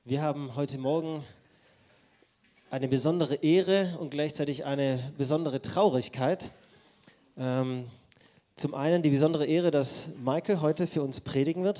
Wir haben heute Morgen eine besondere Ehre und gleichzeitig eine besondere Traurigkeit. Zum einen die besondere Ehre, dass Michael heute für uns predigen wird.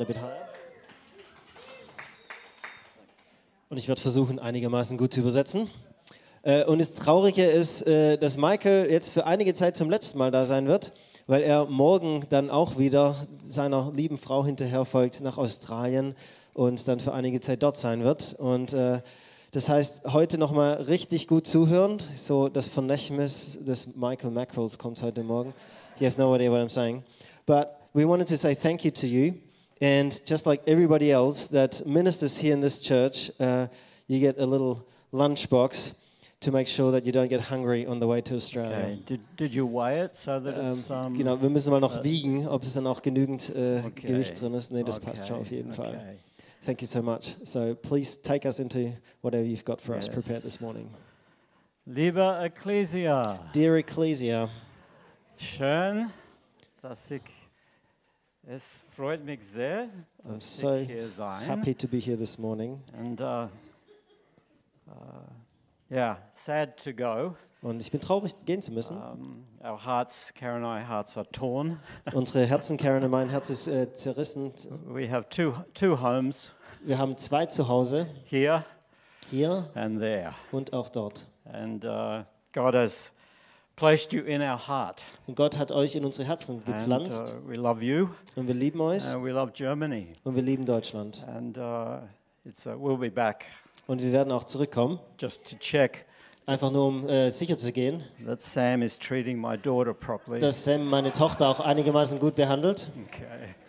Und ich werde versuchen, einigermaßen gut zu übersetzen. Und das Traurige ist, dass Michael jetzt für einige Zeit zum letzten Mal da sein wird, weil er morgen dann auch wieder seiner lieben Frau hinterherfolgt nach Australien und dann für einige Zeit dort sein wird. Und das heißt, heute nochmal richtig gut zuhören. So das Vernächtnis des Michael Mackrells kommt heute Morgen. You have no idea what I'm saying. But we wanted to say thank you to you. And just like everybody else that ministers here in this church, you get a little lunchbox to make sure that you don't get hungry on the way to Australia. Okay. Did you weigh it so that it's Genau, wir müssen mal noch wiegen, ob es dann auch genügend Gewicht drin ist. Nee, das passt schon auf jeden Fall. Okay. Thank you so much. So please take us into whatever you've got for us prepared this morning. Liebe Ecclesia, Dear Ecclesia, schön, dass es freut mich sehr, I'm dass so ich hier sein. happy to be here this morning. And yeah, sad to go. Und ich bin traurig, gehen zu müssen. Our hearts, Karen and I, hearts are torn. Unsere Herzen, Karen und mein Herz ist zerrissen. We have two homes, Wir haben zwei Zuhause, here hier and there. und auch dort. And God has placed you in our heart. Und Gott hat euch in unsere Herzen And gepflanzt we love you. und wir lieben euch And we love Germany. und wir lieben Deutschland. And we'll be back Und wir werden auch zurückkommen, just to check einfach nur um sicher zu gehen, that Sam is treating my daughter properly. dass Sam meine Tochter auch einigermaßen gut behandelt. Okay.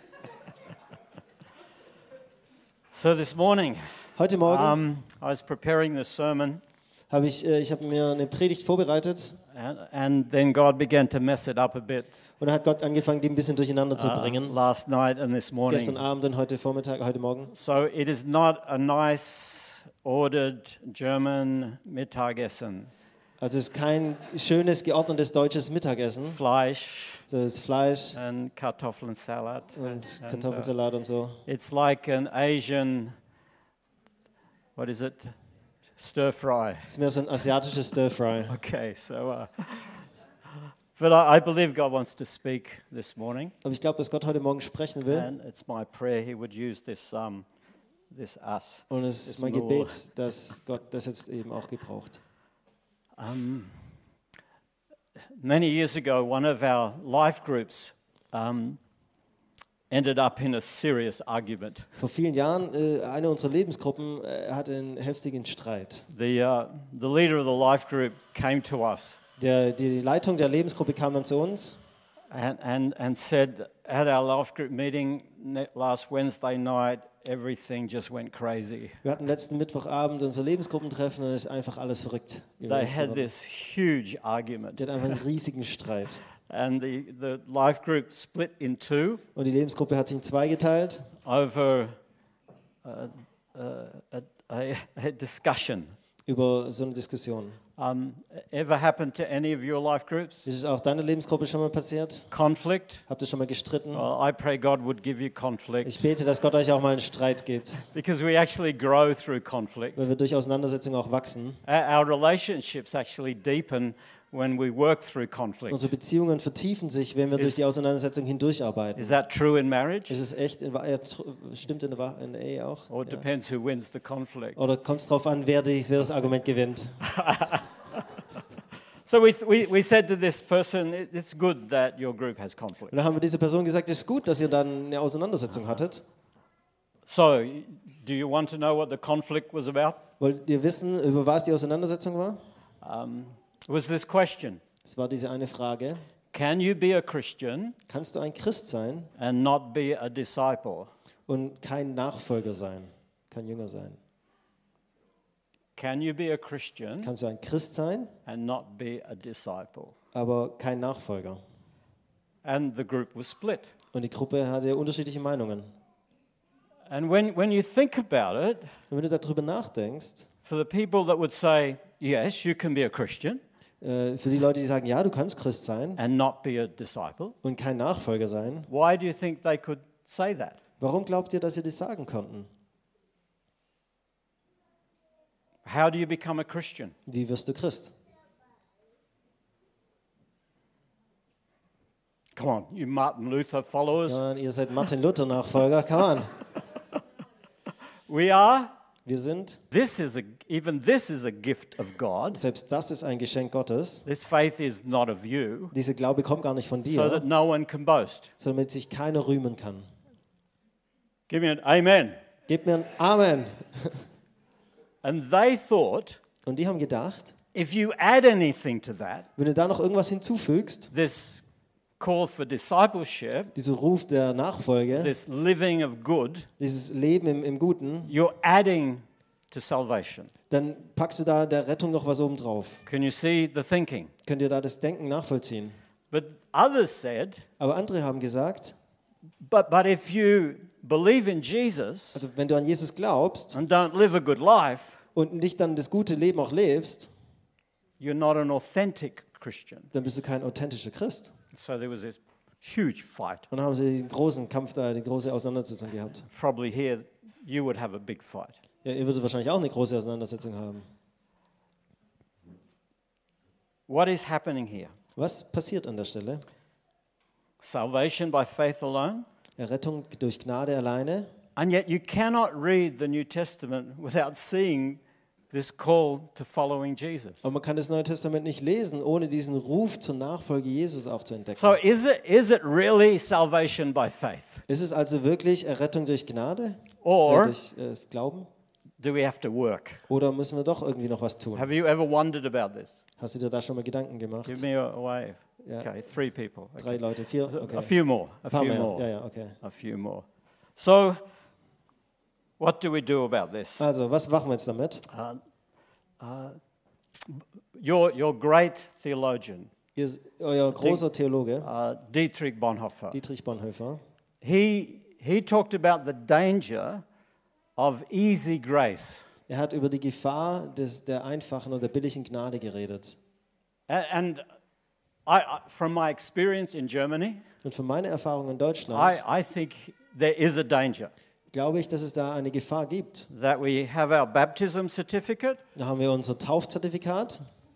So this morning, Heute Morgen I was preparing the sermon, habe ich habe mir eine Predigt vorbereitet and then God began to mess it up a bit und dann hat Gott angefangen, die ein bisschen durcheinander zu bringen. last night and this Gestern morning. Abend und heute Vormittag, heute Morgen. So it is not a nice, ordered German Mittagessen. Also es ist kein schönes, geordnetes deutsches Mittagessen. Fleisch Das ist Fleisch and Kartoffelsalat. und and, Kartoffelsalat und so. it's like an Asian, what is it? Stir fry. Das ist mehr so ein asiatisches Stir-Fry. Okay, so, but I believe God wants to speak this morning, Aber ich glaube, dass Gott heute Morgen sprechen will. and it's my prayer He would use this us. Und es ist mein Gebet, dass Gott das jetzt eben auch gebraucht. Many years ago, one of our life groups ended up in a serious argument. Vor vielen Jahren, eine unserer Lebensgruppen hatte einen heftigen Streit. The leader of the life group came to us Die Leitung der Lebensgruppe kam dann zu uns and said at our life group meeting last Wednesday night, everything just went crazy. Wir hatten letzten Mittwochabend unser Lebensgruppentreffen und es ist einfach alles verrückt. They had this huge argument, Die hatten einfach einen riesigen Streit. and the life group split in two Und die Lebensgruppe hat sich in zwei geteilt over a discussion. über so eine Diskussion. Ever happened to any of your life groups? Ist es auch deiner Lebensgruppe schon mal passiert? Conflict? Habt ihr schon mal gestritten? Well, I pray God would give you Ich conflict, bete, dass Gott euch auch mal einen Streit gibt, because we actually grow through conflict. weil wir durch Auseinandersetzungen auch wachsen. Our relationships actually deepen when we work through conflict. Unsere Beziehungen vertiefen sich, wenn wir durch die Auseinandersetzung hindurcharbeiten. Is that true in marriage? Ist es echt, stimmt in der Ehe auch? Or it Ja. depends who wins the conflict. Oder kommt es darauf an, wer das Argument gewinnt? So we said to this person, it's good that your group has conflict. Und dann haben wir dieser Person gesagt, es ist gut, dass ihr dann eine Auseinandersetzung hattet. So, do you want to know what the conflict was about? Wollt ihr wissen, über was die Auseinandersetzung war? It was this question: Es war diese eine Frage. Can you be a Christian Kannst du ein Christ sein and not be a disciple? und kein Nachfolger sein, kein Jünger sein? Can you be a Christian Kannst du ein Christ sein, and not be a disciple? aber kein Nachfolger? And the group was split. Und die Gruppe hatte unterschiedliche Meinungen. And when you think about it, Und wenn du darüber nachdenkst, for the people that would say, yes, you can be a Christian für die Leute, die sagen, ja, du kannst Christ sein and not be a disciple, und kein Nachfolger sein, why do you think they could say that? warum glaubt ihr, dass sie das sagen konnten? How do you become a Christian? Wie wirst du Christ? Come on, you Martin Luther followers. Ja, ihr seid Martin Luther Nachfolger, come on. We are. Wir sind, Even this is a gift of God. selbst das ist ein Geschenk Gottes. This faith is not of you, Dieser Glaube kommt gar nicht von so that dir, no one can boast. damit sich keiner rühmen kann. Give me an amen. Gebt mir ein Amen. And they thought, Und die haben gedacht, if you add anything to that, wenn du da noch irgendwas hinzufügst, this call for discipleship, dieser Ruf der Nachfolge, this living of good, dieses Leben im Guten, you're adding to salvation. dann packst du da der Rettung noch was oben drauf. Can you see the thinking? Könnt ihr da das Denken nachvollziehen? But others said, Aber andere haben gesagt, but if you believe in Jesus also wenn du an Jesus glaubst and don't live a good life, und nicht dann das gute Leben auch lebst, you're not an authentic Christian. dann bist du kein authentischer Christ. So there was this huge fight. Und dann haben sie diesen großen Kampf da, die große Auseinandersetzung gehabt. Probably here you would have a big fight. Ja, ihr würdet wahrscheinlich auch eine große Auseinandersetzung haben. What is happening here? Was passiert an der Stelle? Salvation by faith alone? Errettung durch Gnade alleine. And yet you cannot read the New Testament without seeing this call to following Jesus. Aber man kann das Neue Testament nicht lesen, ohne diesen Ruf zur Nachfolge Jesus auch zu entdecken. So is it really salvation by faith? Ist es also wirklich Errettung durch Gnade? Or Durch Glauben? do we have to work? Oder müssen wir doch irgendwie noch was tun? Have you ever wondered about this? Hast du dir da schon mal Gedanken gemacht? Give me a wave. Yeah. Okay, 3 people. 3 Okay. Leute, 4? Okay. A few more. A Paar few mehr. more. Ja, ja, okay. A few more. So what do we do about this? Also, was machen wir jetzt damit? Your great theologian, Euer großer Theologe, Dietrich Bonhoeffer, Dietrich Bonhoeffer, he talked about the danger of easy grace. er hat über die Gefahr der einfachen oder billigen Gnade geredet. And from my experience in Germany, Und von meiner Erfahrung in Deutschland I think there is a danger glaube ich, dass es da eine Gefahr gibt. that we have our baptism certificate. Da haben wir unser Taufzertifikat.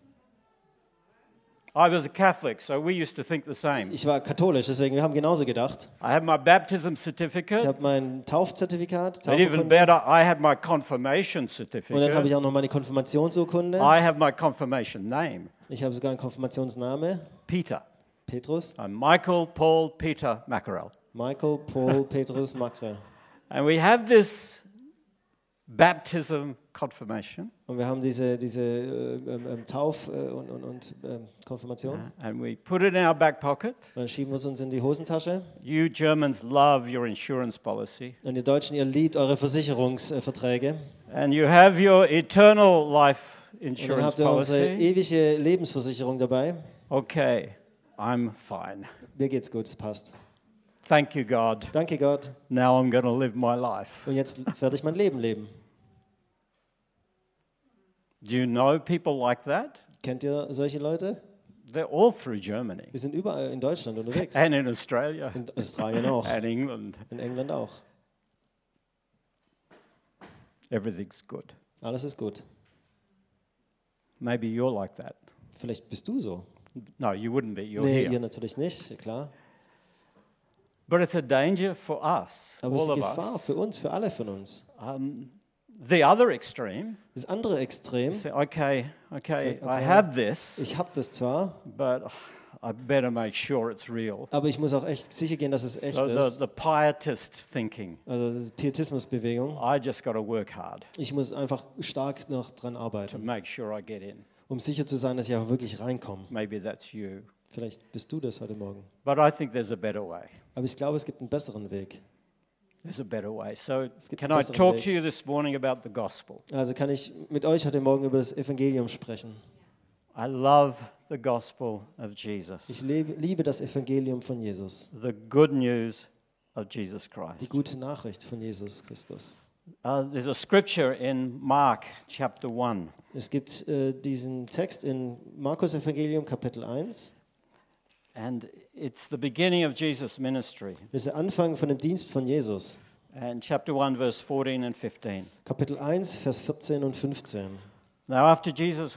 I was a Catholic, so we used to think the same. Ich war katholisch, deswegen wir haben genauso gedacht. I have my baptism Ich certificate, habe mein Taufzertifikat, but even Taufurkunde, better, I had my confirmation und dann habe certificate. ich auch noch meine Konfirmationsurkunde. I have my confirmation name, Ich habe sogar einen Konfirmationsname, Peter. Petrus, I'm Michael Paul Peter Mackerel. Michael Paul Petrus Makre. And we have this baptism confirmation, Und wir haben diese Tauf- und Konfirmation. and we put it in our back pocket. Und dann schieben wir es uns in die Hosentasche. You Germans love your insurance policy, Und ihr Deutschen, ihr liebt eure Versicherungsverträge. and you have your eternal life Und dann insurance habt ihr unsere policy. ewige Lebensversicherung dabei. Okay, I'm fine. Mir geht's gut, es passt. Thank you, God. Danke Gott. Now I'm going to live my life. Und jetzt werde ich mein Leben leben. Do you know people like that? Kennt ihr solche Leute? They're all through Germany, Die sind überall in Deutschland unterwegs. and in Australia, In Australien auch. and England. In England auch. Everything's good. Alles ist gut. Maybe you're like that. Vielleicht bist du so. No, you wouldn't be. You're Nee, here. ihr natürlich nicht, klar. But it's a danger for us, Aber es ist all eine of Gefahr us. für uns, für alle von uns. The other extreme, Das andere Extrem, say, okay, Okay. I have this, ich habe das zwar, but I better make sure it's real. aber ich muss auch echt sicher gehen, dass es echt So ist. the pietist thinking, Also das ist Pietismusbewegung. I just got to work hard Ich muss einfach stark noch dran to arbeiten, make sure I get in. um sicher zu sein, dass ich auch wirklich reinkomme. Maybe that's you. Vielleicht bist du das heute Morgen. But I think there's a better way. Aber ich glaube, es gibt einen besseren Weg. There's a better way. So gibt can einen I besseren talk Weg. to you this morning about the gospel? Also kann ich mit euch heute Morgen über das Evangelium sprechen. I love the gospel of Jesus, Ich liebe das Evangelium von Jesus. the good news of Jesus Die Christ. gute Nachricht von Jesus Christus. There's a scripture in Mark chapter 1. Es gibt diesen Text in Markus Evangelium Kapitel 1. And it's the beginning of Jesus' ministry. Das ist der Anfang von dem Dienst von Jesus. And chapter 1, verse 14 and 15. Kapitel 1, Vers 14 und 15. Now, after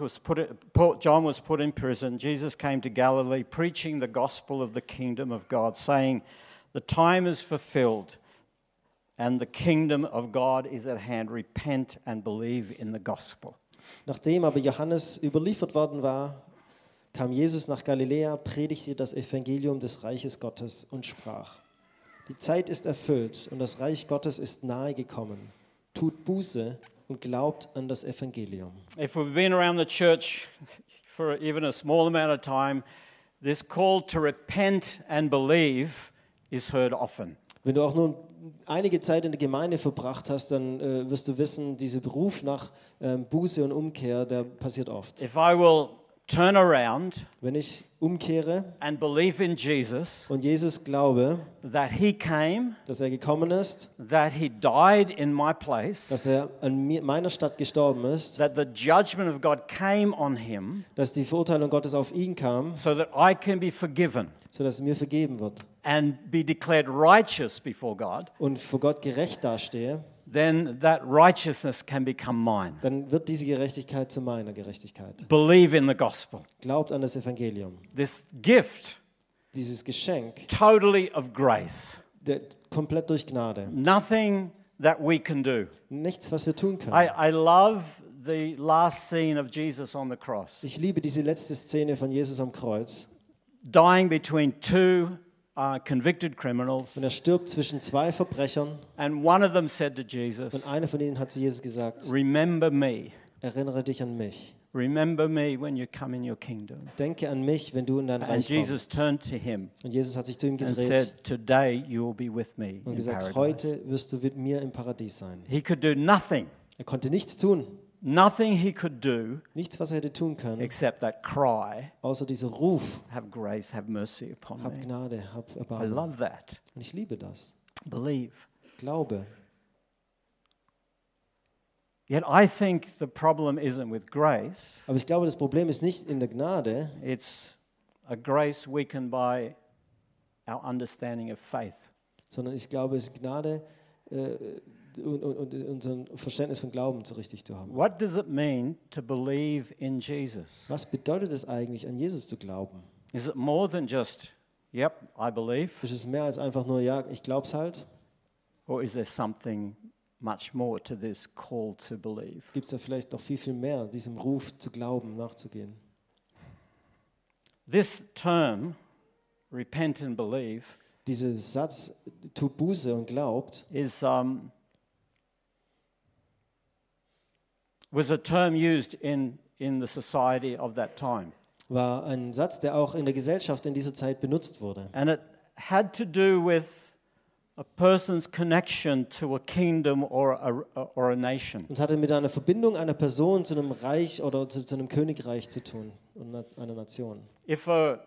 John was put in prison, Jesus came to Galilee preaching the gospel of the kingdom of God, saying, "The time is fulfilled and the kingdom of God is at hand. Repent and believe in the gospel." Nachdem aber Johannes überliefert worden war, kam Jesus nach Galiläa, predigte das Evangelium des Reiches Gottes und sprach: Die Zeit ist erfüllt und das Reich Gottes ist nahe gekommen. Tut Buße und glaubt an das Evangelium. If we've been around the church for even a small amount of time, this call to repent and believe is heard often. Wenn du auch nur einige Zeit in der Gemeinde verbracht hast, dann wirst du wissen, dieser Beruf nach Buße und Umkehr, der passiert oft. If I will turn around Wenn ich umkehre and believe in Jesus, und Jesus glaube, that he came, dass er gekommen ist, that he died in my dass place, er an meiner Stadt gestorben ist, that the judgment of God came on him, dass die Verurteilung Gottes auf ihn kam, so that I can be forgiven sodass mir vergeben wird and be declared righteous before God, und vor Gott gerecht dastehe, then that righteousness can become mine. dann wird diese Gerechtigkeit zu meiner Gerechtigkeit. Believe in the gospel. Glaubt an das Evangelium. This gift, Dieses Geschenk, totally of grace. komplett durch Gnade. Nothing that we can do. Nichts, was wir tun können. I love the last scene of Jesus on the cross, Ich liebe diese letzte Szene von Jesus am Kreuz. dying between two convicted criminals, Und er stirbt zwischen zwei Verbrechern. and one of them said to Und Jesus, einer von ihnen hat zu Jesus gesagt: "Remember me. Erinnere dich an mich. Remember me when you come in your kingdom." Denke an mich, wenn du in dein And Reich kommst. Jesus turned to him Und Jesus hat sich zu ihm and gedreht said, "Today you will be with me und in gesagt: paradise." Heute wirst du mit mir im Paradies sein. He could do nothing, Er konnte nichts tun. nothing he could do Nichts, was er hätte tun können, except that cry, außer dieser Ruf: "Have grace, have mercy upon Hab me." Gnade, hab I Erbarmen. love that. Und ich liebe das. Believe. Glaube. Yet I think the problem isn't with grace. Aber ich glaube, das Problem ist nicht in der Gnade, It's a grace weakened by our understanding of faith. sondern ich glaube, es ist Gnade und unser Verständnis von Glauben so richtig zu haben. What does it mean to believe in Jesus? Was bedeutet es eigentlich, an Jesus zu glauben? Is it more than just, "Yep, I believe"? Ist es mehr als einfach nur, ja, ich glaub's halt? Or is there something much more to this call to believe? Gibt es da vielleicht noch viel, viel mehr, diesem Ruf zu glauben, nachzugehen? This term, repent and believe, Dieser Satz, tu Buße und glaubt, was a term used in the society of that time. war ein Satz, der auch in der Gesellschaft in dieser Zeit benutzt wurde. And it had to do with a person's connection to a kingdom or a nation. Und es hatte mit einer Verbindung einer Person zu einem Reich oder zu einem Königreich zu tun und einer Nation. If a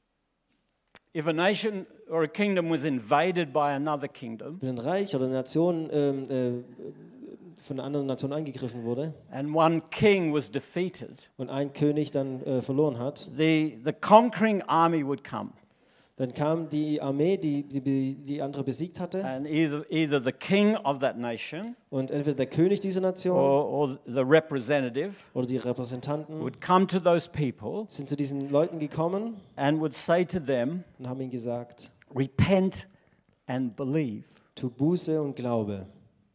nation or a kingdom was invaded by another kingdom, Wenn ein Reich oder eine Nation von einer anderen Nation angegriffen wurde and one king was defeated, und ein König dann verloren hat, the conquering army would come, dann kam die Armee, die andere besiegt hatte, and either the king of that nation und entweder der König dieser Nation or the representative oder die Repräsentanten would come to those people sind zu diesen Leuten gekommen and would say to them, und haben ihnen gesagt: "Repent and believe." Tu Buße und Glaube.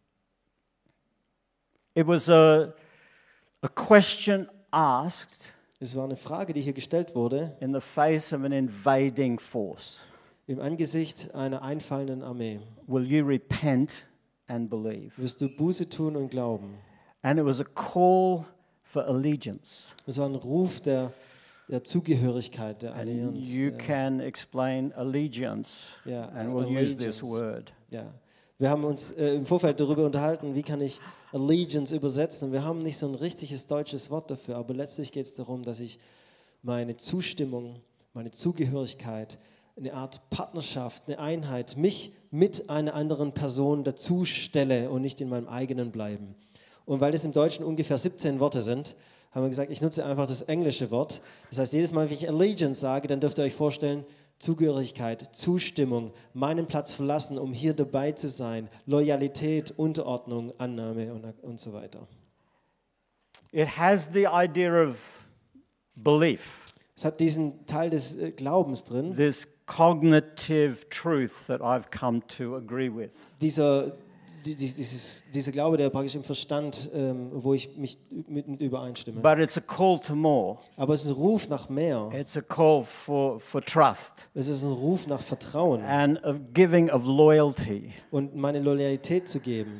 It was a question asked Es war eine Frage, die hier gestellt wurde in the face of an invading force. im Angesicht einer einfallenden Armee. Will you repent and believe? Wirst du Buße tun und glauben? And it was a call for allegiance. Es war ein Ruf der Zugehörigkeit, der And Allianz. you can explain allegiance, Ja, and we'll use this allegiance. word. Ja. Wir haben uns im Vorfeld darüber unterhalten, wie kann ich Allegiance übersetzen. Wir haben nicht so ein richtiges deutsches Wort dafür, aber letztlich geht es darum, dass ich meine Zustimmung, meine Zugehörigkeit, eine Art Partnerschaft, eine Einheit, mich mit einer anderen Person dazu stelle und nicht in meinem eigenen bleiben. Und weil es im Deutschen ungefähr 17 Worte sind, haben wir gesagt, ich nutze einfach das englische Wort. Das heißt, jedes Mal, wenn ich Allegiance sage, dann dürft ihr euch vorstellen, Zugehörigkeit, Zustimmung, meinen Platz verlassen, um hier dabei zu sein, Loyalität, Unterordnung, Annahme und so weiter. It has the idea of belief, Es hat diesen Teil des Glaubens drin. this cognitive truth that I've come to agree with. Dieser Glaube, der praktisch im Verstand, wo ich mich mit übereinstimme. But it's a call to more. Aber es ist ein Ruf nach mehr. It's a call for trust Es ist ein Ruf nach Vertrauen and of giving of loyalty. und meine Loyalität zu geben.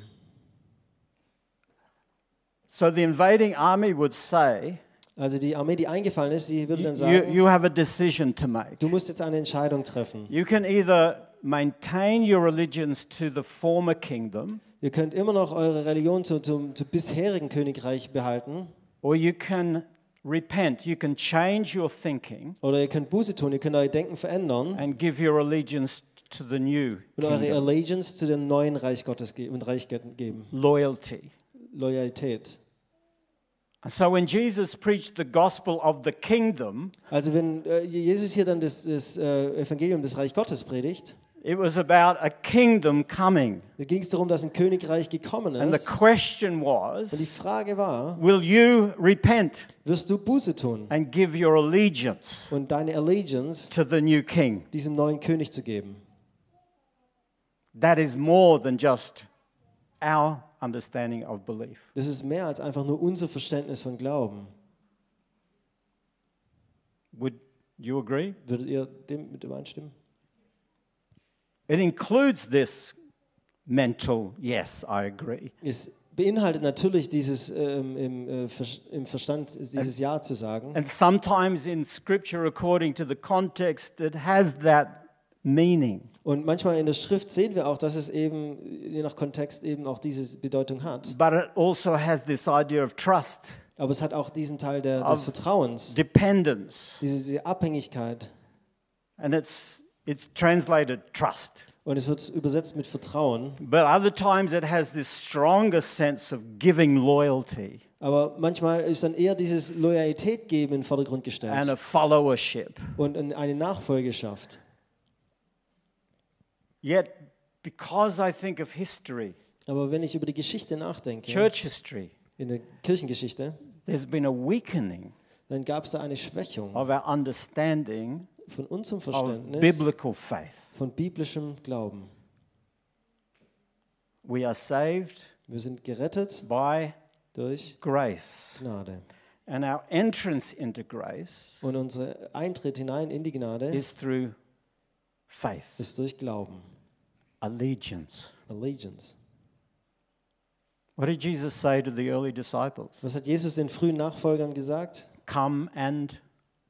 So the invading army would say, Also die Armee, die eingefallen ist, die würde dann sagen, you have a decision to make. du musst jetzt eine Entscheidung treffen. You can either maintain your allegiance to the former kingdom, Ihr könnt immer noch eure Religion zum bisherigen Königreich behalten, or you can repent. You can change your thinking oder ihr könnt Buße tun, ihr könnt euer Denken verändern and give your allegiance to the new und eure kingdom. Allegiance zu dem neuen Reich Gottes geben. Loyalty. Loyalität. And so when Jesus preached the gospel of the kingdom, Also wenn Jesus hier dann das Evangelium des Reich Gottes predigt, it was about a kingdom coming. da ging es darum, dass ein Königreich gekommen And the ist. question Und die was, Frage war, will you repent wirst du Buße tun and give your allegiance und deine Allegiance to the new king? diesem neuen König zu geben? That is more than just our understanding of belief. Das ist mehr als einfach nur unser Verständnis von Glauben. Would you agree? Würdet ihr dem mit übereinstimmen? It includes this mental, yes, I agree. Es beinhaltet natürlich dieses im Verstand dieses Ja zu sagen. And sometimes in scripture, according to the context, it has that meaning. Und manchmal in der Schrift sehen wir auch, dass es eben je nach Kontext eben auch diese Bedeutung hat. But it also has this idea of trust, Aber es hat auch diesen Teil des Of- Vertrauens, dependence, diese Abhängigkeit. and it's translated trust. Und es wird übersetzt mit Vertrauen. But other times it has this stronger sense of giving loyalty Aber manchmal ist dann eher dieses Loyalität geben in den Vordergrund and gestellt a followership. und eine Nachfolgeschaft. Yet, because I think of history, Aber wenn ich über die Geschichte nachdenke, church history, in der Kirchengeschichte, there's been a weakening dann gab es da eine Schwächung of our understanding von unserem of Verständnis biblical faith. von biblischem Glauben. We are saved Wir sind gerettet by durch grace. Gnade. And our entrance into grace Und unser Eintritt hinein in die Gnade is through faith, ist durch Glauben. allegiance. Allegiance. What did Jesus say to the early disciples? Was hat Jesus den frühen Nachfolgern gesagt? Come and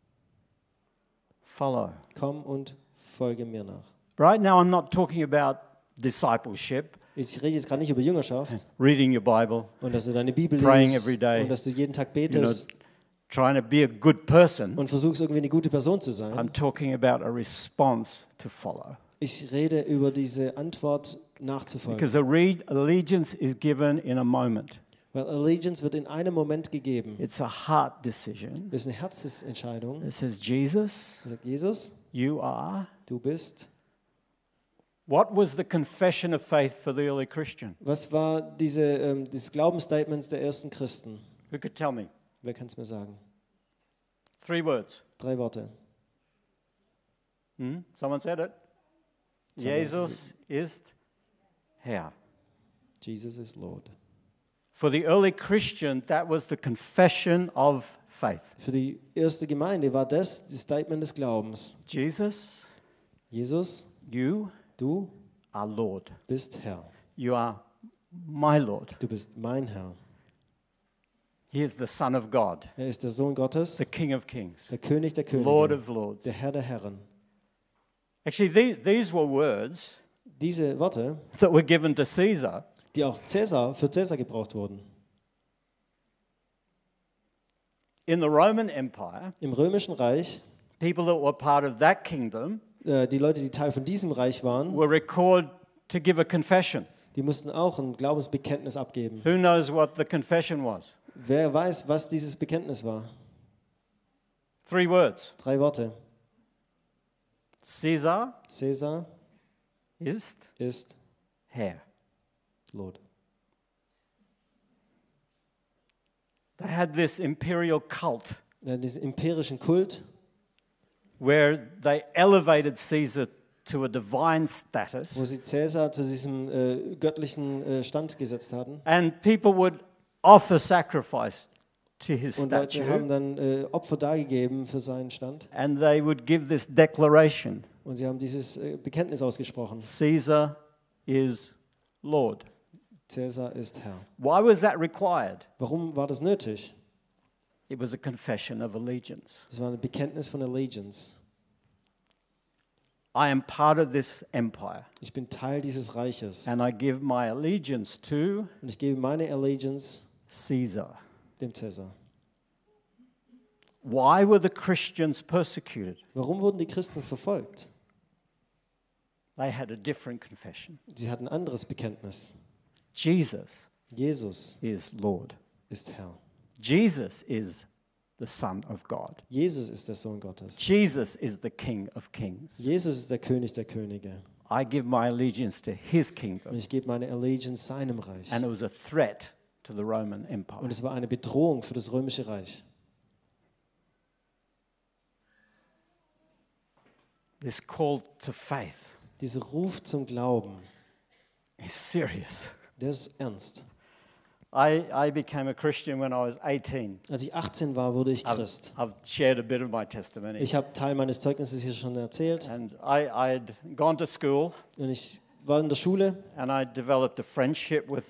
follow. Komm und folge mir nach. Right now, I'm not talking about discipleship, Ich rede jetzt gerade nicht über Jüngerschaft reading your Bible, und dass du deine Bibel Praying liest every day. und dass du jeden Tag you know, betest trying to be a good person. und versuchst irgendwie eine gute Person zu I'm sein. talking about a response to follow. Ich rede über diese Antwort nachzufolgen. Because allegiance is given in a moment. Weil Allegiance wird in einem Moment gegeben. It's a heart decision. Das ist eine Herzensentscheidung. It says, Jesus, Da sagt Jesus, you are. du bist. What was the confession of faith for the early Christian? Was war dieses Glaubensstatement der ersten Christen? Who could tell me? Wer kann es mir sagen? 3 words. 3 Worte. Someone said it. Jesus ist Herr. Jesus is Lord. For the early Christian, that was the confession of faith. Für die erste Gemeinde war das Statement des Glaubens. Jesus, Jesus, you du are Lord. bist Herr. You are my Lord. Du bist mein Herr. He is the Son of God, Er ist der Sohn Gottes, the King of Kings, der König der Könige, Lord of Lords. der Herr der Herren. Actually, these were words Diese Worte, that were given to Caesar die auch für Cäsar gebraucht wurden. in the Roman Empire. Im Römischen Reich, People that were part of that kingdom die Leute, die Teil von diesem Reich waren, were required to give a confession. die mussten auch ein Glaubensbekenntnis abgeben. Who knows what the confession was? Wer weiß, was dieses Bekenntnis war? 3 words. 3 Worte. Caesar Cäsar ist ist Herr. Lord. They had this imperial cult diesen imperischen Kult, where they elevated Caesar to a divine status, wo sie Cäsar zu diesem göttlichen Stand gesetzt hatten. and people would offer sacrifice to his Und Leute haben statue, dann Opfer dargegeben für seinen Stand. and they would give this declaration, Und sie haben dieses Bekenntnis ausgesprochen. Caesar is Lord. Cäsar ist Herr. Why was that required? Warum war das nötig? It was a confession of allegiance. Das war ein Bekenntnis von Allegiance. I am part of this empire, Ich bin Teil dieses Reiches. and I give my allegiance to Und ich gebe meine Allegiance Caesar. dem Cäsar. Why were the Christians persecuted? Warum wurden die Christen verfolgt? They had a different confession. Sie hatten ein anderes Bekenntnis. Jesus Jesus is Lord. ist Herr. Jesus is the Son of God. Jesus ist der Sohn Gottes. Jesus is the King of Kings. Jesus ist der König der Könige. I give my allegiance to his Und kingdom. ich gebe meine Allegiance seinem Reich. And it was a threat to the Roman Und Empire. es war eine Bedrohung für das römische Reich. This call to faith Dieser Ruf zum Glauben, is serious. der ist ernst. I became a Christian when I was 18. Als ich 18 war, wurde ich Christ. I've shared a bit of my testimony. Ich habe Teil meines Zeugnisses hier schon erzählt. And I'd gone to school, Und ich war in der Schule and I developed a friendship with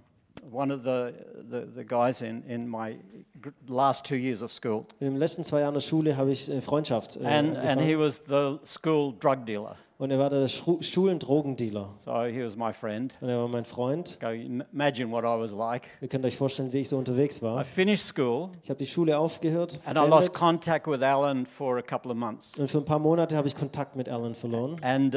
one of the guys in my last 2 years of school. in den letzten 2 Jahren der Schule habe ich Freundschaft And he angefangen. was the school drug dealer. Und er war der Schulendrogendealer. So he was my friend. Und er war mein Freund. Go, imagine what I was like. Ihr könnt euch vorstellen, wie ich so unterwegs I war. finished school, Ich habe die Schule aufgehört. and I lost beendet. contact with Alan for a couple of months. Und für ein paar Monate habe ich Kontakt mit Alan verloren. And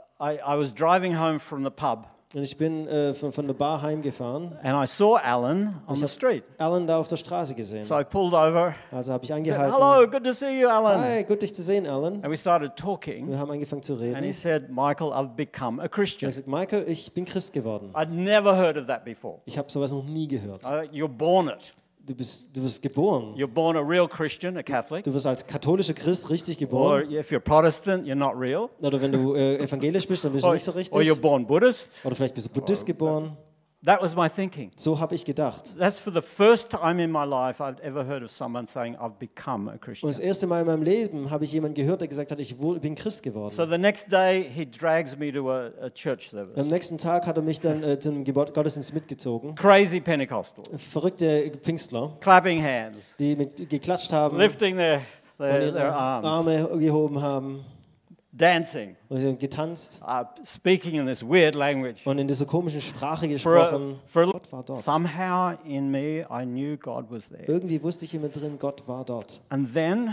I was driving home from the pub, Und ich bin von der Bar heimgefahren. and I saw Alan on the street. Alan da auf der Straße gesehen. So I pulled over, Also habe ich said, angehalten. "Hello, good to see you, Alan." Hi, gut dich zu sehen, Alan. And we started talking, Wir haben angefangen zu reden. and he said, "Michael, I've become a Er Christian. hat gesagt, Michael, ich bin Christ geworden. I'd never heard of that before. Ich habe sowas noch nie gehört. You're born it. Du wirst geboren. You're born a real Christian, a Catholic. Du wirst als katholischer Christ richtig Or geboren. if you're Protestant, you're not real. Oder wenn du evangelisch bist, dann bist du nicht so Or you're richtig. born Buddhist. Oder vielleicht bist du Buddhist geboren. That was my thinking. So habe ich gedacht. That's for the first time in my life I've ever heard of someone saying, "I've become a Und Christian." das erste Mal in meinem Leben habe ich jemanden gehört, der gesagt hat, ich bin Christ geworden. So the next day, he drags me to a church Am service. nächsten Tag hat er mich dann zu einem Gottesdienst mitgezogen. Crazy Pentecostal. Verrückte Pfingstler, Clapping hands, die geklatscht haben und lifting their ihre arms, Arme gehoben haben dancing, und sie haben getanzt speaking in this weird language. und in dieser komischen Sprache For a, gesprochen. for a, Gott war dort. somehow in me, I knew God was there. Irgendwie wusste ich immer drin, Gott war dort. And then,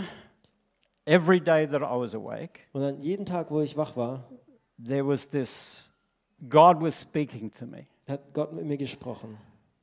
every day that I was awake, Und dann jeden Tag, wo ich wach war, there was this, God was speaking to me. hat Gott mit mir gesprochen.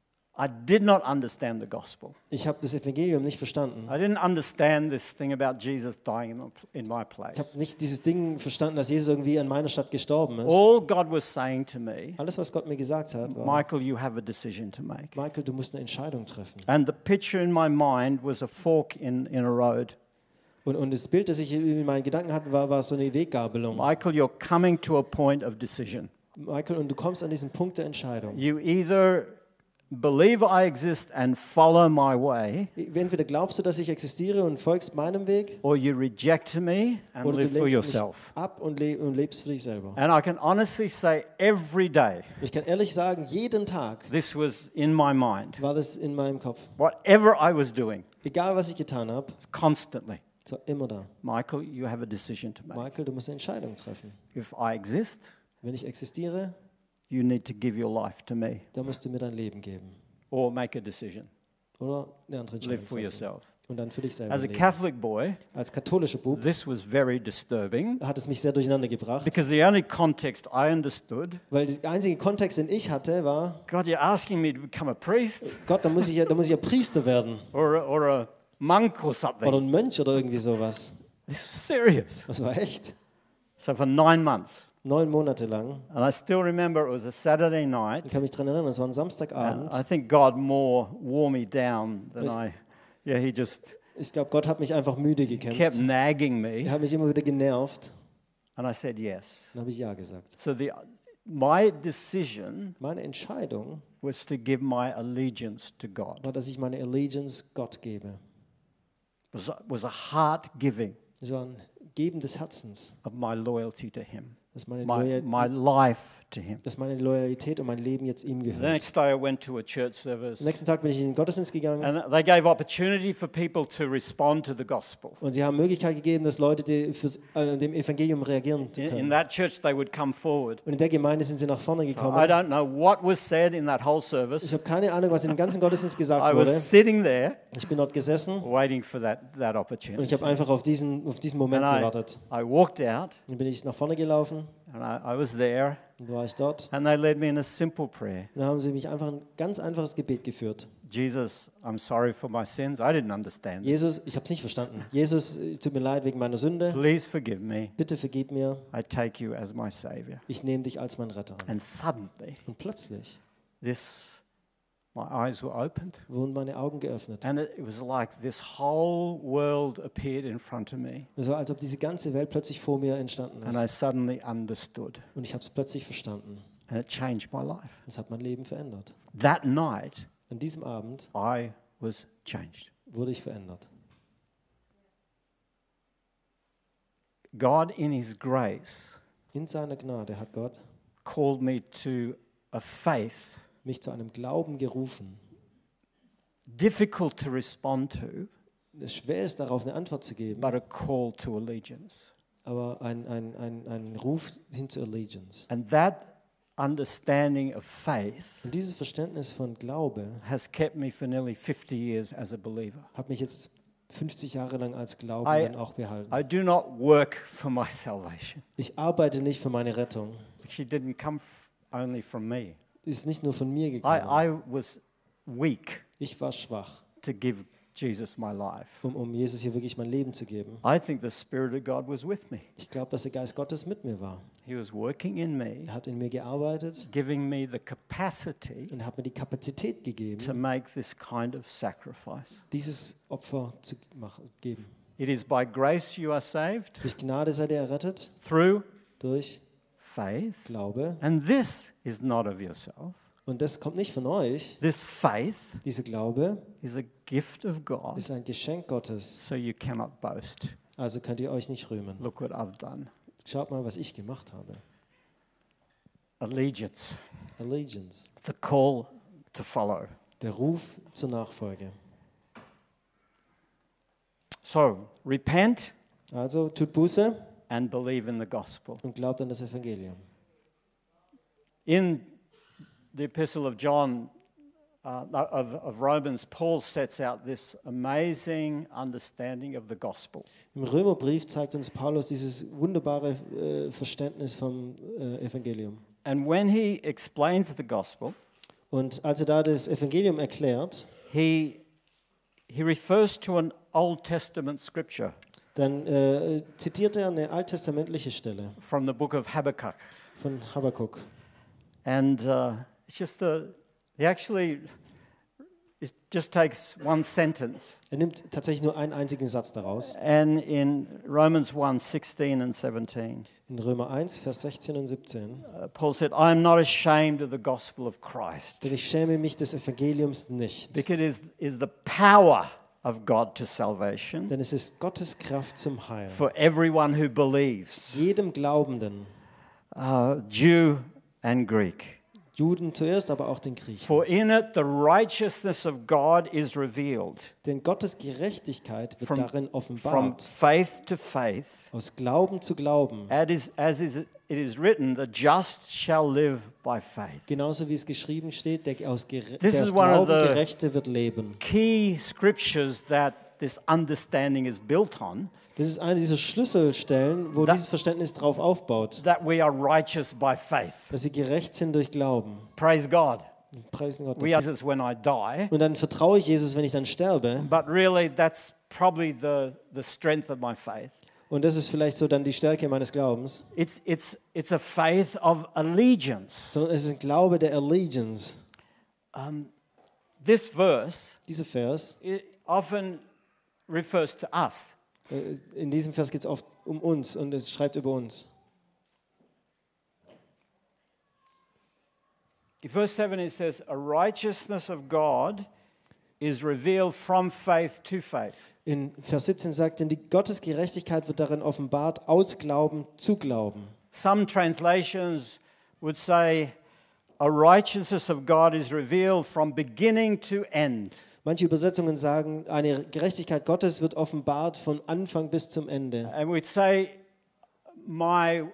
I did not understand the gospel. Ich habe das Evangelium nicht verstanden. I didn't understand this thing about Jesus dying in my Ich habe place. nicht dieses Ding verstanden, dass Jesus irgendwie an meiner Stadt gestorben ist. All God was saying to me, Alles, was Gott mir gesagt hat, war, Michael, you have a decision to make. Michael, du musst eine Entscheidung treffen. And the picture in my mind was a fork in a road. Und das Bild, das ich in meinen Gedanken hatte, war so eine Weggabelung. Michael, you're coming to a point of decision. Michael, und du kommst an diesen Punkt der Entscheidung. You either believe I exist and follow my way, Entweder glaubst du, dass ich existiere und folgst meinem Weg, or you reject me and oder du live for lehnst mich yourself. ab und lebst für dich selber. And I can honestly say every day, Ich kann ehrlich sagen, jeden Tag this was in my mind. war das in meinem Kopf. Whatever I was doing, Egal, was ich getan habe, constantly. es war immer da. Michael, you have a decision to make. Michael, du musst eine Entscheidung treffen. If I exist, Wenn ich existiere, you need to give your life to me, dann musst du mir dein Leben geben. or make a decision. Oder eine andere Entscheidung Live for treffen. yourself. Und dann für dich selber As a leben. Catholic boy, Als katholischer Bub this was very disturbing hat es mich sehr durcheinander gebracht, because the only context I understood, weil der einzige Kontext, den ich hatte, war, God, you're asking me to become a priest Gott, da muss ich ja Priester werden or a monk or oder something. ein Mönch oder irgendwie sowas. This was serious. Das war echt. So for 9 months, 9 Monate lang. And I still remember it was a Saturday night. Ich kann mich daran erinnern, es war ein And Samstagabend. I think God more wore me down than he just Ich glaube, Gott hat mich einfach müde kept gekämpft. nagging Er me. hat mich immer wieder genervt. And I said yes. Dann habe ich Ja gesagt. So my decision Meine Entscheidung was to give my allegiance to God. war, dass ich meine Allegiance Gott gebe. Was a heart giving Es war ein Geben des Herzens. of my loyalty to Him, Dass meine, my life to Him. dass meine Loyalität und mein Leben jetzt ihm The gehört. next day I went to a church service, Am nächsten Tag bin ich in den Gottesdienst gegangen and they gave opportunity for people to respond to the gospel. und sie haben Möglichkeit gegeben, dass Leute dem Evangelium reagieren In können. that church, they would come forward. Und in der Gemeinde sind sie nach vorne I gekommen. don't know what was said in that whole Ich service. habe keine Ahnung, was in dem ganzen Gottesdienst gesagt I wurde. was sitting there Ich bin dort gesessen waiting for that und ich opportunity. habe einfach auf diesen Moment And gewartet. I walked out, Dann bin ich nach vorne gelaufen and I was there, und war ich dort. and they led me in a simple prayer. Und dann haben sie mich einfach ein ganz einfaches Gebet geführt. Jesus, I'm sorry for my sins. I didn't understand this. Jesus, ich habe es nicht verstanden. Jesus, tut mir leid wegen meiner Sünde. Please forgive me. Bitte vergib mir. I take you as my Savior. Ich nehme dich als mein Retter an. And suddenly, Und plötzlich my eyes were opened, wurden meine Augen geöffnet. and it was like this whole world appeared in front of me, Es war, als ob diese ganze Welt plötzlich vor mir entstanden and I ist. suddenly understood, Und ich habe es plötzlich verstanden. and it changed my life. Es hat mein Leben verändert. That night, An diesem Abend I was changed. wurde ich verändert. God, in His grace, In seiner Gnade hat Gott called me to a faith mich zu einem Glauben gerufen. difficult to respond to, Es schwer ist, darauf eine Antwort zu geben, but a call to allegiance. aber ein Ruf hin zur Allegiance. And that understanding of faith Und dieses Verständnis von Glaube has kept me for nearly 50 years as a believer. hat mich jetzt 50 Jahre lang als I- Glaubenden auch behalten. I do not work for my salvation. Ich arbeite nicht für meine Rettung. She didn't come only from me. Ist nicht nur von mir gekommen. I was weak Ich war schwach, to give Jesus my life. um Jesus hier wirklich mein Leben zu geben. I think the Spirit of God was with me. Ich glaube, dass der Geist Gottes mit mir war. He was working in me, Er hat in mir gearbeitet giving me the capacity und hat mir die Kapazität to gegeben, make this kind of sacrifice. dieses Opfer zu geben. It is by grace you are saved, Durch Gnade seid ihr errettet, through durch faith. Glaube. And this is not of yourself. Und das kommt nicht von euch. This faith Dieser Glaube is a gift of God, ist ein Geschenk Gottes. so you cannot boast. Also könnt ihr euch nicht rühmen. Look what I've done. Schaut mal, was ich gemacht habe. Allegiance, Allegiance, the call to follow. der Ruf zur Nachfolge. So, repent Also tut Buße and believe in the gospel. und glaubt an das Evangelium. In the epistle of John, of Romans, Paul sets out this amazing understanding of the gospel. Im Römerbrief zeigt uns Paulus dieses wunderbare Verständnis vom Evangelium. And when he explains the gospel, Und als er da das Evangelium erklärt, he refers to an Old Testament scripture dann zitiert er eine alttestamentliche Stelle from the book of Habakkuk. von Habakkuk. And it's just it just takes one sentence. Er nimmt tatsächlich nur einen einzigen Satz daraus. And in Romans 1:16 and 17, In Römer 1, Vers 16 und 17. Paul said, I am not ashamed of the gospel of Christ, Denn ich schäme mich des Evangeliums nicht. because it is the power of God to salvation Denn es ist Gottes Kraft zum Heil. for everyone who believes, Jedem Glaubenden, Jew and Greek. Juden zuerst, aber auch den Griechen. For in it the righteousness of God is revealed Denn Gottes Gerechtigkeit wird darin from offenbart. faith to faith. Aus Glauben zu Glauben. It is written, the just shall live by faith. Genauso wie es geschrieben steht, der aus This is one of Glauben the- Gerechte wird leben. Key scriptures that this understanding is built on, Das ist eine dieser Schlüsselstellen, wo dieses Verständnis drauf aufbaut. that we are righteous by faith. Dass sie gerecht sind durch Glauben. Praise God. Preisen Gott. We are Jesus when I die, Und dann vertraue ich Jesus, wenn ich dann sterbe. but really that's probably the strength of my faith. Und das ist vielleicht so dann die Stärke meines Glaubens. It's a faith of allegiance. Sondern es ist ein Glaube der Allegiance. This verse Dieser Vers, often refers to us. in diesem Vers geht es oft um uns und es schreibt über uns. In verse 7 it says, a righteousness of God is revealed from faith to faith. In Vers 17 sagt, denn die Gottes Gerechtigkeit wird darin offenbart, aus Glauben zu Glauben. Some translations would say, a righteousness of God is revealed from beginning to end. Manche Übersetzungen sagen, eine Gerechtigkeit Gottes wird offenbart von Anfang bis zum Ende. And we'd say, my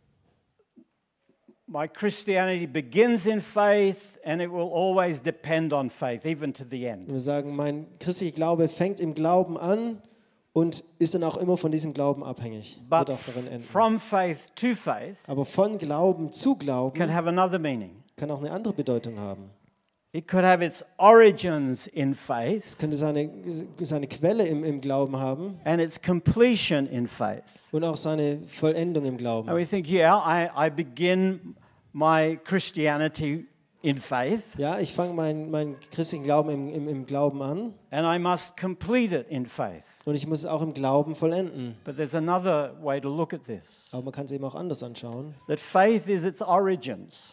Christianity begins in faith and it will always depend on faith, even to the end. Wir sagen, mein christlicher Glaube fängt im Glauben an und ist dann auch immer von diesem Glauben abhängig. But Wird auch darin enden. from faith to faith Aber von Glauben zu Glauben can have another meaning. kann auch eine andere Bedeutung haben. It could have its origins in faith Es könnte seine Quelle im Glauben haben and its completion in faith. und auch seine Vollendung im Glauben. And we think, yeah, I begin my Christianity in faith Ja, ich fange meinen christlichen Glauben im Glauben an and I must complete it in faith. und ich muss es auch im Glauben vollenden. But there's another way to look at this. Aber man kann es eben auch anders anschauen. That faith is its origins,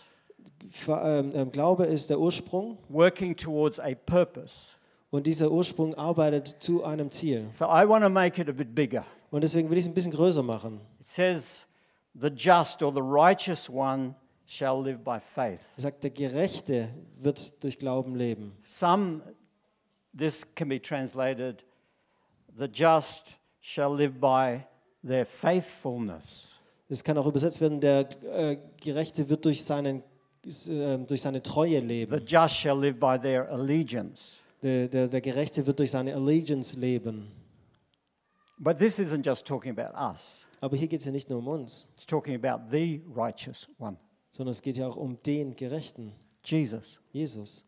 Glaube ist der Ursprung working towards a purpose. und dieser Ursprung arbeitet zu einem Ziel. So I want to make it a bit bigger. Und deswegen will ich es ein bisschen größer machen. It says, the just or the righteous one shall live by faith. Er sagt, der Gerechte wird durch Glauben leben. This can be translated, the just shall live by their faithfulness. Es kann auch übersetzt werden, der Gerechte wird durch seine Treue The leben. just shall live by their allegiance. Der Gerechte wird durch seine Allegiance leben. But this isn't just talking about us. Aber hier geht es ja nicht nur um uns, It's talking about the righteous one, sondern es geht ja auch um den Gerechten, Jesus. Jesus.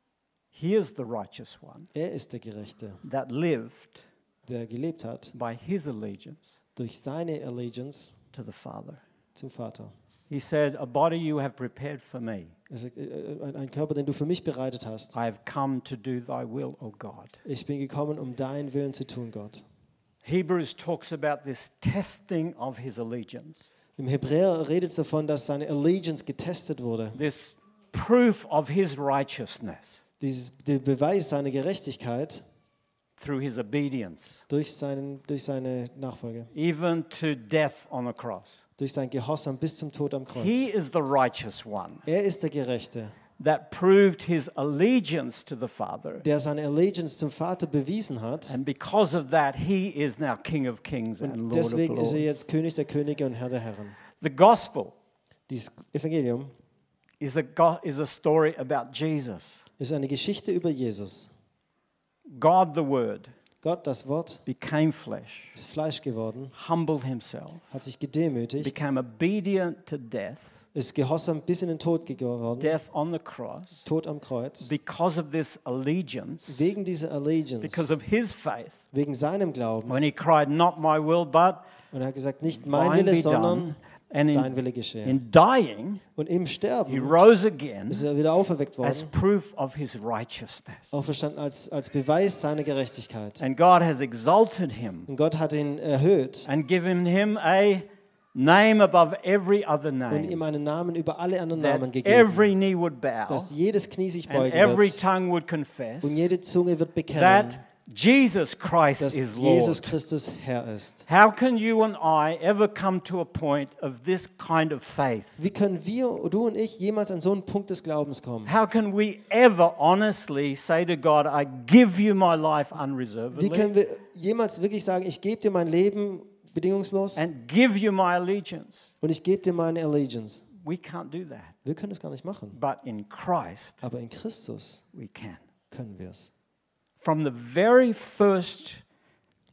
He is the righteous one Er ist der Gerechte, that lived der gelebt hat by his allegiance durch seine Allegiance to the Father. zum Vater. He said, a body you have prepared for me. Er sagt, ein Körper, den du für mich bereitet hast. I have come to do thy will, O God. Ich bin gekommen, um deinen Willen zu tun, Gott. Hebrews talks about this testing of his allegiance. Im Hebräer redet es davon, dass seine Allegiance getestet wurde. This proof of his righteousness Der Beweis seiner Gerechtigkeit through his obedience, durch seine Nachfolge, even to death on the cross. durch sein Gehorsam bis zum Tod am Kreuz. He is the righteous one Er ist der Gerechte, that proved his allegiance to the Father. der seine Allegiance zum Vater bewiesen hat. And because of that, he is now King of Kings and Und Lord of deswegen ist er Lords. jetzt König der Könige und Herr der Herren. The gospel Dieses Evangelium is a story about Jesus. ist eine Geschichte über Jesus. God, the Word, Gott, das Wort, became flesh, ist Fleisch geworden, humbled himself, hat sich gedemütigt, became obedient to death, ist gehorsam bis in den Tod geworden, death on the cross. Tod am Kreuz. Because of this allegiance, Wegen dieser Allegiance, because of his faith, wegen seinem Glauben. when he cried, not my will, but Und er hat gesagt, nicht mein thine Wille, be sondern done. And dein Wille geschehe. in dying, Und im he Sterben rose again ist er wieder auferweckt as worden, proof of his righteousness. auferstanden als Beweis seiner Gerechtigkeit. And God has exalted him Und Gott hat ihn erhöht and given him a name above every other und name, ihm einen Namen über alle anderen Namen that gegeben, every knee would bow dass jedes Knie sich and beugen every wird tongue would confess und jede Zunge wird bekennen, that Jesus Christ dass is Jesus Lord. Christus Herr ist. How can you and I ever come to a point of this kind of faith? Wie können du und ich jemals an so einen Punkt des Glaubens kommen? How can we ever honestly say to God, I give you my life Wie unreservedly können wir jemals wirklich sagen, ich gebe dir mein Leben bedingungslos and give you my allegiance? und ich gebe dir meine Allegiance? We can't do that. Wir können das gar nicht machen. But in Christ, Aber in Christus we can. können wir es. From the very first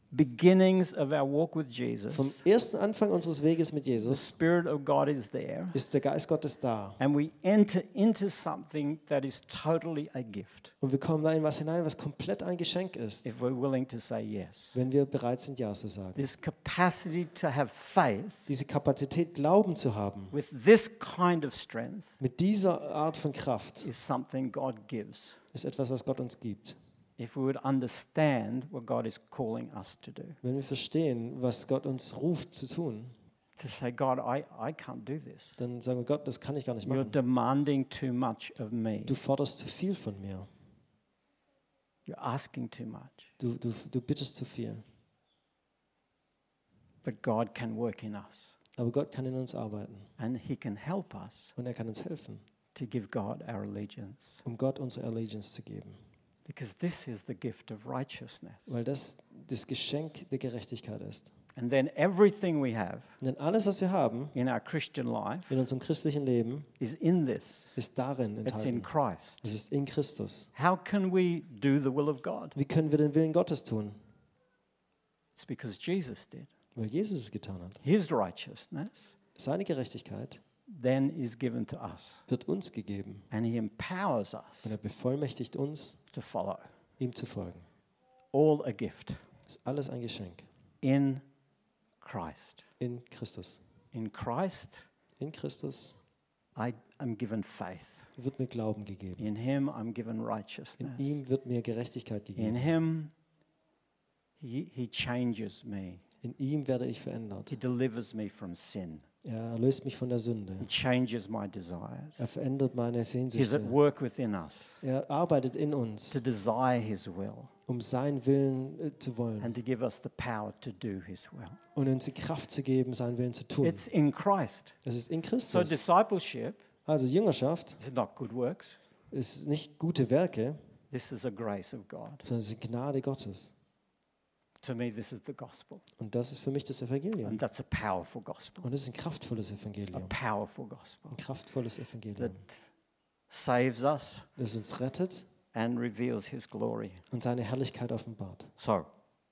beginnings of our walk with Vom Jesus, ersten Anfang unseres Weges mit the Jesus Spirit of God is there, ist der Geist Gottes da. and we enter into something that is totally a gift Und wir kommen da in was hinein, was komplett ein Geschenk ist, if we're willing to say yes. wenn wir bereit sind, Ja zu sagen. This capacity to have faith Diese Kapazität, Glauben zu haben, with this kind of strength mit dieser Art von Kraft, is something God gives. ist etwas, was Gott uns gibt. If we would understand what God is calling us to do, Wenn wir verstehen, was Gott uns ruft zu tun, to say, God, I can't do this. dann sagen wir, Gott, das kann ich gar nicht You're machen. demanding too much of me. Du forderst zu viel von mir. You're asking too much. Du bittest zu viel. But God can work in us, Aber Gott kann in uns arbeiten and He can help us und er kann uns helfen, to give God our allegiance. um Gott unsere Allegiance zu geben. Because this is the gift of righteousness. Weil das Geschenk der Gerechtigkeit ist. And then everything we have Und denn alles, was wir haben in our Christian life in unserem christlichen Leben, is in this. ist darin It's in enthalten. Christ. Es ist in Christus. How can we do the will of God? Wie können wir den Willen Gottes tun? It's because Jesus did. Weil Jesus es getan hat. His righteousness Seine Gerechtigkeit then is given to us, wird uns gegeben. and He empowers us Und er bevollmächtigt uns, to follow. ihm zu folgen. All a gift Das ist alles ein Geschenk. in Christ. In Christus. In Christ, In Christus I am given faith. wird mir Glauben gegeben. In Him, I'm given In righteousness. ihm wird mir Gerechtigkeit In gegeben. Him, He changes me. In ihm werde ich verändert. He delivers me from sin. Er erlöst mich von der Sünde. He changes my desires. Er verändert meine He's at Sehnsüchte. work within us Er arbeitet in uns, to desire His will um seinen Willen zu wollen and to give us the power to do His will. und uns die Kraft zu geben, seinen Willen zu tun. It's in Christ. Es ist in So Christus. discipleship Also Jüngerschaft is not good works. ist nicht gute Werke, This is a grace of God. sondern es ist die Gnade Gottes. To me, this is the gospel. Und das ist für mich das Evangelium. And that's a powerful gospel. Und es ist ein kraftvolles A Evangelium. powerful gospel Ein kraftvolles that Evangelium, saves us das uns rettet and reveals His glory. und seine Herrlichkeit offenbart. So,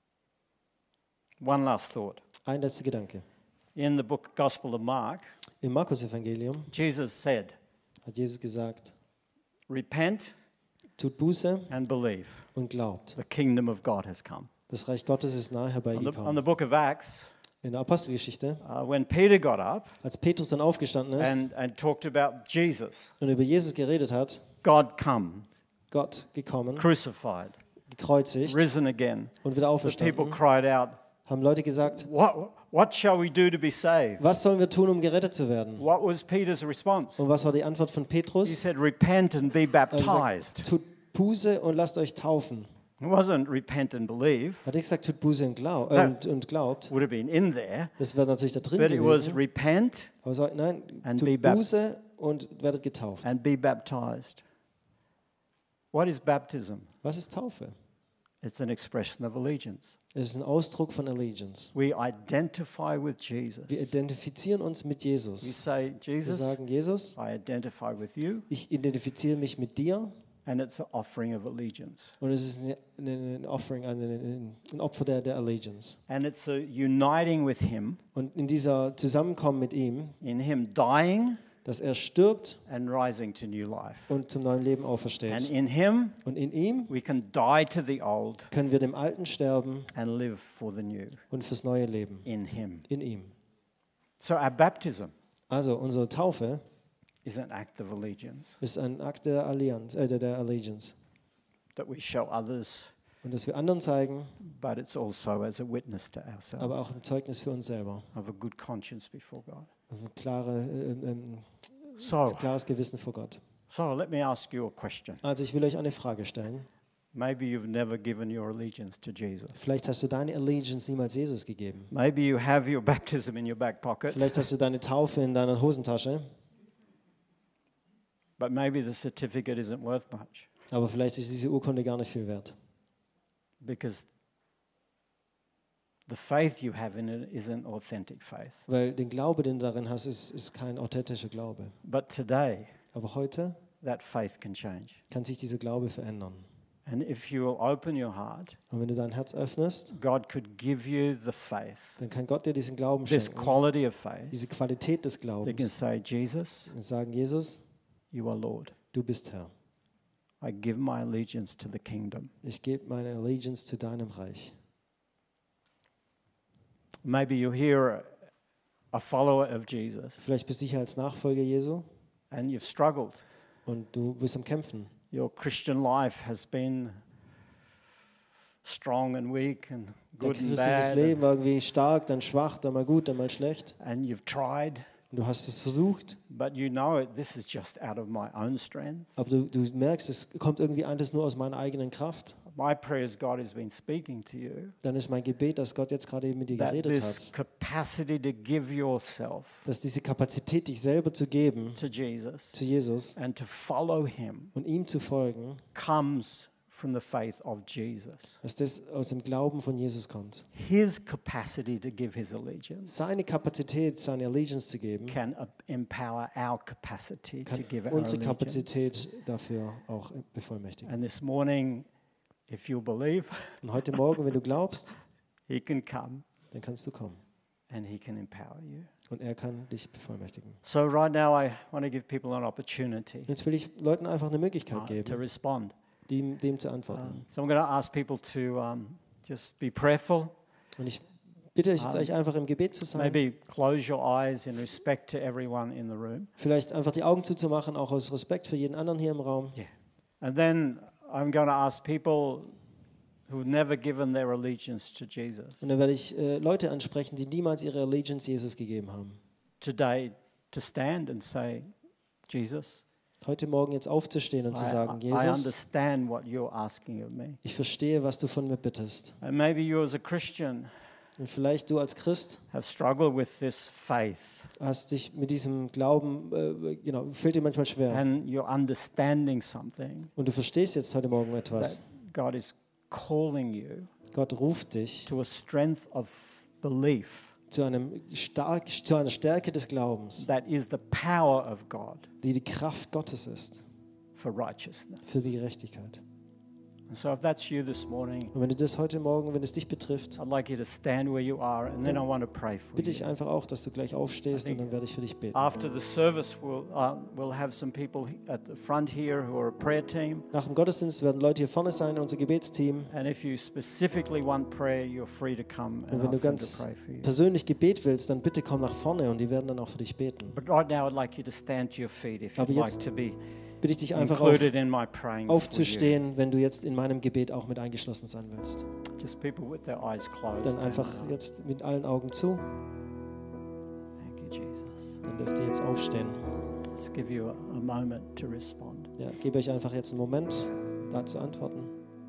one last thought. Ein letzter Gedanke. In the book Gospel of Mark, Im Markus-Evangelium Jesus said, hat Jesus gesagt, repent tut Buße and believe. und glaubt. The kingdom of God has come. Das Reich Gottes ist nahe On herbeigekommen. the book of Acts, In der Apostelgeschichte, when Peter got up als Petrus dann aufgestanden ist and talked about Jesus, und über Jesus geredet hat, God come, Gott gekommen, crucified, gekreuzigt risen again, und wieder the people auferstanden, cried out, haben Leute gesagt, what shall we do to be saved? was sollen wir tun, um gerettet zu werden? What was Peter's response? Und was war die Antwort von He Petrus? said, repent and be Er hat baptized. gesagt, tut Buße und lasst euch taufen. It wasn't repent and believe. Hat nicht gesagt, tut Buße und glaubt. Would have been in there. Das wäre natürlich da drin But it was gewesen. repent Aber sagt, nein, and be tut Buße und werdet getauft. and be baptized. What is baptism? Was ist Taufe? It's an expression of allegiance. Es ist ein Ausdruck von Allegiance. We identify with Wir Jesus. identifizieren uns mit You Jesus. say, Wir Jesus, sagen, Jesus, I identify with you, ich identifiziere mich mit dir. and it's an offering of allegiance. Und es ist ein Offering, ein Opfer der Allegiance. And it's a uniting with Him, Und in dieser Zusammenkommen mit ihm, in Him dying dass er stirbt and rising to new life. und zum neuen Leben And aufersteht. in Him, Und in ihm we can die to the old können wir dem Alten sterben and live for the new. und fürs neue Leben. In Him. In ihm. So our baptism Also unsere Taufe is an act of allegiance ist ein Akt der Allegiance. that we show others, Und dass wir anderen zeigen, but it's also as a witness to aber ourselves auch ein Zeugnis für uns selber. of a good conscience before God. Ein So, klares Gewissen vor Gott. let me ask you a question. Also ich will euch eine Frage stellen. Maybe you've never given your allegiance to Jesus. Vielleicht hast du deine Allegiance niemals Jesus gegeben. Maybe you have your baptism in your back pocket, Vielleicht hast du deine Taufe in deiner Hosentasche. but maybe the certificate isn't worth much Aber vielleicht ist diese Urkunde gar nicht viel wert. because the faith you have in it isn't authentic faith. Weil den Glaube, den du darin hast, ist kein authentischer Glaube. But today, Aber heute that faith can change. kann sich dieser Glaube verändern. And if you will open your heart, Und wenn du dein Herz öffnest, God could give you the faith, dann kann Gott dir diesen Glauben this schenken, quality of faith, diese Qualität des that can Glaubens. say, Jesus, Und sagen, Jesus, you are Lord. du bist Herr. I give my allegiance to the kingdom. Ich gebe meine Allegiance zu deinem Reich. Maybe you're here a follower of Jesus Vielleicht bist du hier als Nachfolger Jesu and you've struggled. und du bist am Kämpfen. Your Christian life has been strong and weak and Dein good and christliches bad. Leben war irgendwie stark, dann schwach, dann mal gut, dann mal schlecht. And you've tried, Und du hast es versucht, but you know this is just out of my own strength. aber du merkst, es kommt irgendwie alles nur aus meiner eigenen Kraft. My prayer is God has been speaking to you. Dann ist mein Gebet, dass Gott jetzt gerade eben mit dir That geredet this hat. capacity to give yourself Dass diese Kapazität, dich selber zu geben, to Jesus zu Jesus and to follow him und ihm zu folgen, comes from the faith of Jesus. dass das aus dem Glauben von Jesus kommt. His capacity to give his allegiance Seine Kapazität, seine Allegiance zu geben, can empower our capacity to kann give our unsere allegiance. Kapazität dafür auch bevollmächtigen. And this morning, if you believe, Und heute Morgen, wenn du glaubst, he can come dann kannst du kommen. and he can empower you. Und er kann dich bevollmächtigen. So right now, I want to give people an opportunity Jetzt will ich Leuten einfach eine Möglichkeit to geben, respond. dem zu antworten. So I'm going to ask people to just be prayerful. Und ich bitte euch einfach im Gebet zu sein. Maybe close your eyes in respect to everyone in the room. Vielleicht einfach die Augen zuzumachen, auch aus Respekt für jeden anderen hier im Raum. Yeah. And then I'm going to ask people who've never given their allegiance to Jesus Und dann werde ich Leute ansprechen, die niemals ihre Allegiance Jesus gegeben haben. today to stand and say, Jesus, Heute Morgen jetzt aufzustehen und zu sagen, I Jesus, understand what you're asking of me. ich verstehe, was du von mir bittest. And maybe you as a Christian Und vielleicht du als Christ have struggled with this faith hast dich mit diesem Glauben, fällt dir manchmal schwer. and you're understanding something Und du verstehst jetzt heute Morgen that etwas. God is calling you Gott ruft dich to a strength of belief zu einer Stärke des Glaubens, that is the power of God die die Kraft Gottes ist for righteousness. für die Gerechtigkeit. And so if that's you this morning, Und wenn du das heute Morgen, wenn es dich betrifft, I'd like you to stand where you are and then I want to pray for bitte ich you. einfach auch, dass du gleich aufstehst I und think dann werde ich für dich beten. After the service, we'll have some people at the front here who are a prayer team. Nach dem Gottesdienst werden Leute hier vorne sein, unser Gebetsteam. And if you specifically want prayer, you're free to come Und and wenn du ask them to ganz pray for you. persönlich Gebet willst, dann bitte komm nach vorne und die werden dann auch für dich beten. But right now, I'd like you to stand to your feet if you'd Aber like jetzt to be Bitte ich dich einfach included in my praying for you. aufzustehen, wenn du jetzt in meinem Gebet auch mit eingeschlossen sein willst. Just people with their eyes closed. Dann einfach and, jetzt mit allen Augen zu. thank you, Jesus. Dann dürft ihr jetzt aufstehen. Let's give you a moment to respond. Ja, gebe euch einfach jetzt einen Moment, da zu antworten.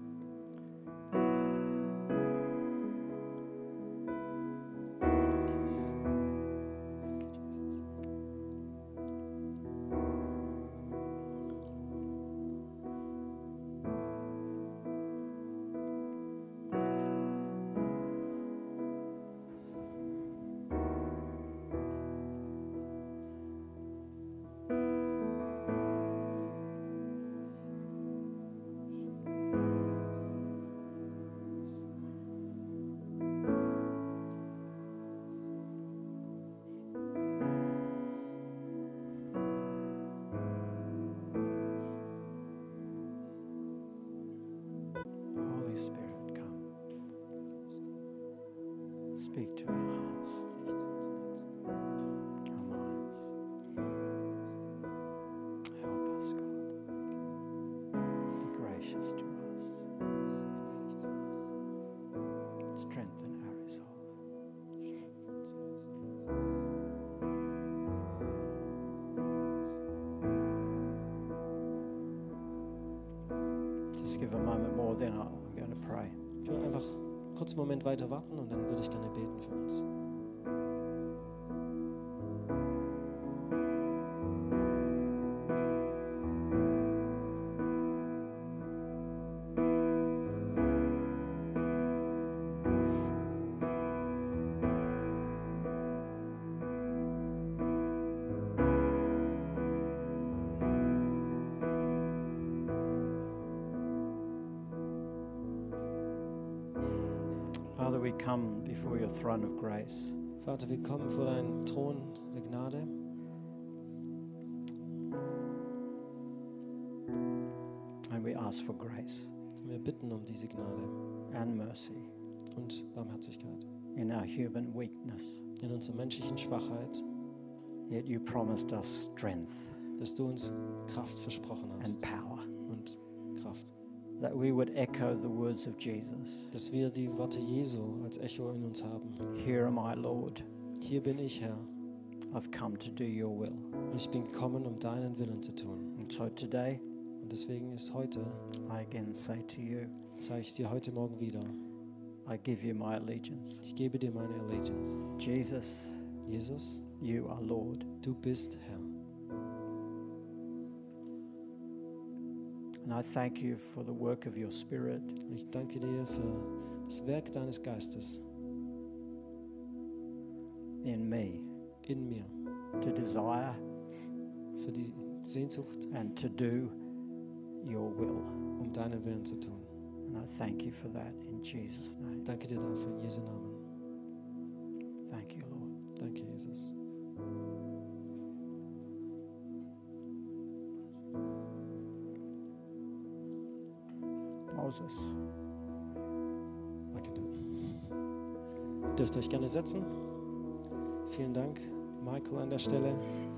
Holy Spirit, come. Speak to our hearts, our minds. Help us, God. Be gracious to us. Strengthen our resolve. Just give a moment more, then I'm going to pray. Ich will einfach kurz einen Moment weiter warten und dann würde ich gerne beten für uns. Father, we come before your throne of grace. Vater, wir kommen vor deinen Thron der Gnade. And we ask for grace Wir bitten um diese Gnade and mercy und Barmherzigkeit in our human weakness. in unserer menschlichen Schwachheit, Yet you promised us strength dass du uns Kraft versprochen and hast power, und Kraft. that we would echo the words of Jesus. Dass wir die Worte Jesu als Echo in uns haben. Here am I, Lord. Hier bin ich, Herr, I've come to do your will. und ich bin gekommen, um deinen Willen zu tun. And so today, Und deswegen ist heute, I again say to you, sage ich dir heute Morgen wieder, I give you my allegiance. ich gebe dir meine Allegiance. Jesus, Jesus, you are Lord. du bist Herr. And I thank you for the work of your Spirit Und ich danke dir für das Werk deines Geistes in me in mir, to desire für die Sehnsucht, and to do your will. um deinen Willen zu tun. And I thank you for that in Jesus' name. Danke dir dafür, in Jesu Namen. Thank you, Lord. Danke, Jesus. Moses. Danke dir. Ihr dürft euch gerne setzen. Vielen Dank, Michael, an der Stelle.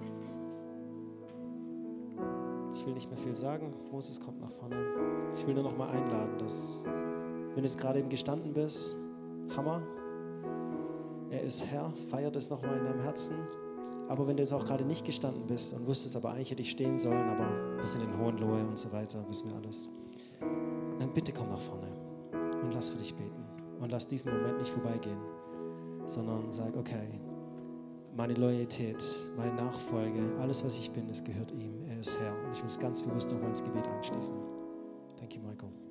Ich will nicht mehr viel sagen. Moses kommt nach vorne. Ich will nur noch mal einladen, dass, wenn du jetzt gerade eben gestanden bist, Hammer. Er ist Herr, feiert es noch mal in deinem Herzen. Aber wenn du jetzt auch gerade nicht gestanden bist und wusstest, aber eigentlich hätte ich stehen sollen, aber wir sind in Hohenlohe und so weiter, wissen wir alles. Dann bitte komm nach vorne und lass für dich beten. Und lass diesen Moment nicht vorbeigehen, sondern sag, okay, meine Loyalität, meine Nachfolge, alles, was ich bin, es gehört ihm. Er ist Herr. Und ich will es ganz bewusst nochmal ins Gebet anschließen. Thank you, Michael.